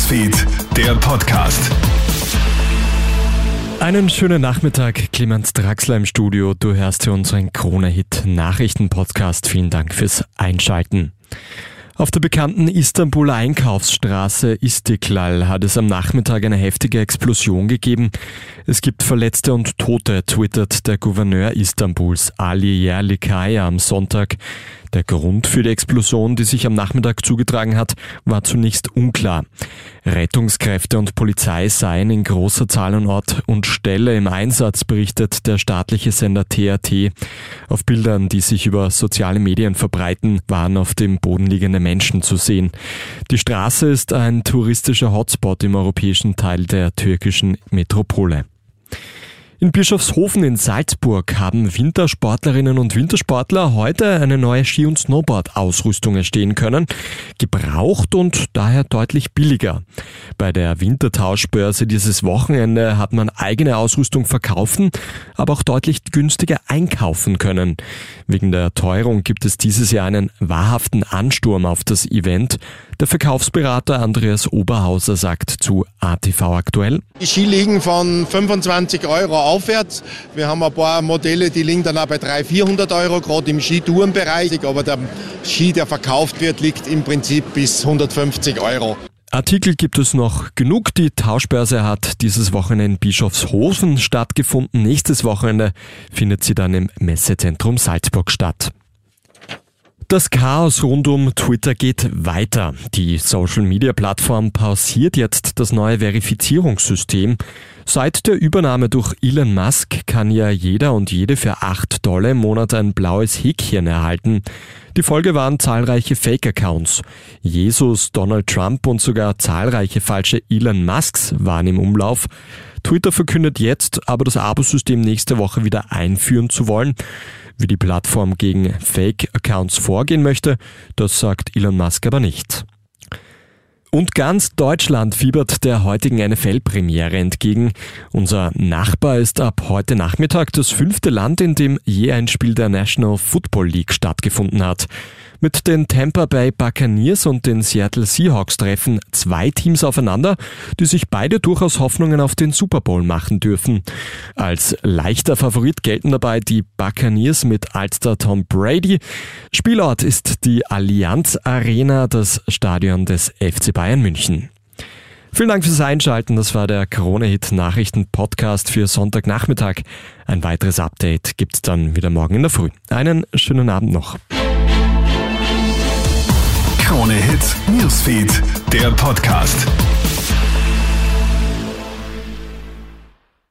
Newsfeed, der Podcast. Einen schönen Nachmittag, Clemens Draxler im Studio. Du hörst hier unseren Krone-Hit-Nachrichten-Podcast. Vielen Dank fürs Einschalten. Auf der bekannten Istanbuler Einkaufsstraße Istiklal hat es am Nachmittag eine heftige Explosion gegeben. Es gibt Verletzte und Tote, twittert der Gouverneur Istanbuls Ali Yerlikaya am Sonntag. Der Grund für die Explosion, die sich am Nachmittag zugetragen hat, war zunächst unklar. Rettungskräfte und Polizei seien in großer Zahl an Ort und Stelle im Einsatz, berichtet der staatliche Sender TRT. Auf Bildern, die sich über soziale Medien verbreiten, waren auf dem Boden liegende Menschen zu sehen. Die Straße ist ein touristischer Hotspot im europäischen Teil der türkischen Metropole. In Bischofshofen in Salzburg haben Wintersportlerinnen und Wintersportler heute eine neue Ski- und Snowboard-Ausrüstung erstehen können. Gebraucht und daher deutlich billiger. Bei der Wintertauschbörse dieses Wochenende hat man eigene Ausrüstung verkaufen, aber auch deutlich günstiger einkaufen können. Wegen der Teuerung gibt es dieses Jahr einen wahrhaften Ansturm auf das Event. Der Verkaufsberater Andreas Oberhauser sagt zu ATV aktuell: Die Ski liegen von 25 Euro aufwärts. Wir haben ein paar Modelle, die liegen dann auch bei 300-400 Euro, gerade im Skitourenbereich. Aber der Ski, der verkauft wird, liegt im Prinzip bis 150 Euro. Artikel gibt es noch genug. Die Tauschbörse hat dieses Wochenende in Bischofshofen stattgefunden. Nächstes Wochenende findet sie dann im Messezentrum Salzburg statt. Das Chaos rund um Twitter geht weiter. Die Social-Media-Plattform pausiert jetzt das neue Verifizierungssystem. Seit der Übernahme durch Elon Musk kann ja jeder und jede für $8 im Monat ein blaues Häkchen erhalten. Die Folge waren zahlreiche Fake-Accounts. Jesus, Donald Trump und sogar zahlreiche falsche Elon Musks waren im Umlauf. Twitter verkündet jetzt, aber das Abosystem nächste Woche wieder einführen zu wollen. Wie die Plattform gegen Fake-Accounts vorgehen möchte, das sagt Elon Musk aber nicht. Und ganz Deutschland fiebert der heutigen NFL-Premiere entgegen. Unser Nachbar ist ab heute Nachmittag das 5. Land, in dem je ein Spiel der National Football League stattgefunden hat. Mit den Tampa Bay Buccaneers und den Seattle Seahawks treffen zwei Teams aufeinander, die sich beide durchaus Hoffnungen auf den Super Bowl machen dürfen. Als leichter Favorit gelten dabei die Buccaneers mit Allstar Tom Brady. Spielort ist die Allianz Arena, das Stadion des FC Bayern München. Vielen Dank fürs Einschalten. Das war der Krone-Hit-Nachrichten-Podcast für Sonntagnachmittag. Ein weiteres Update gibt's dann wieder morgen in der Früh. Einen schönen Abend noch. Krone-Hit Newsfeed, der Podcast.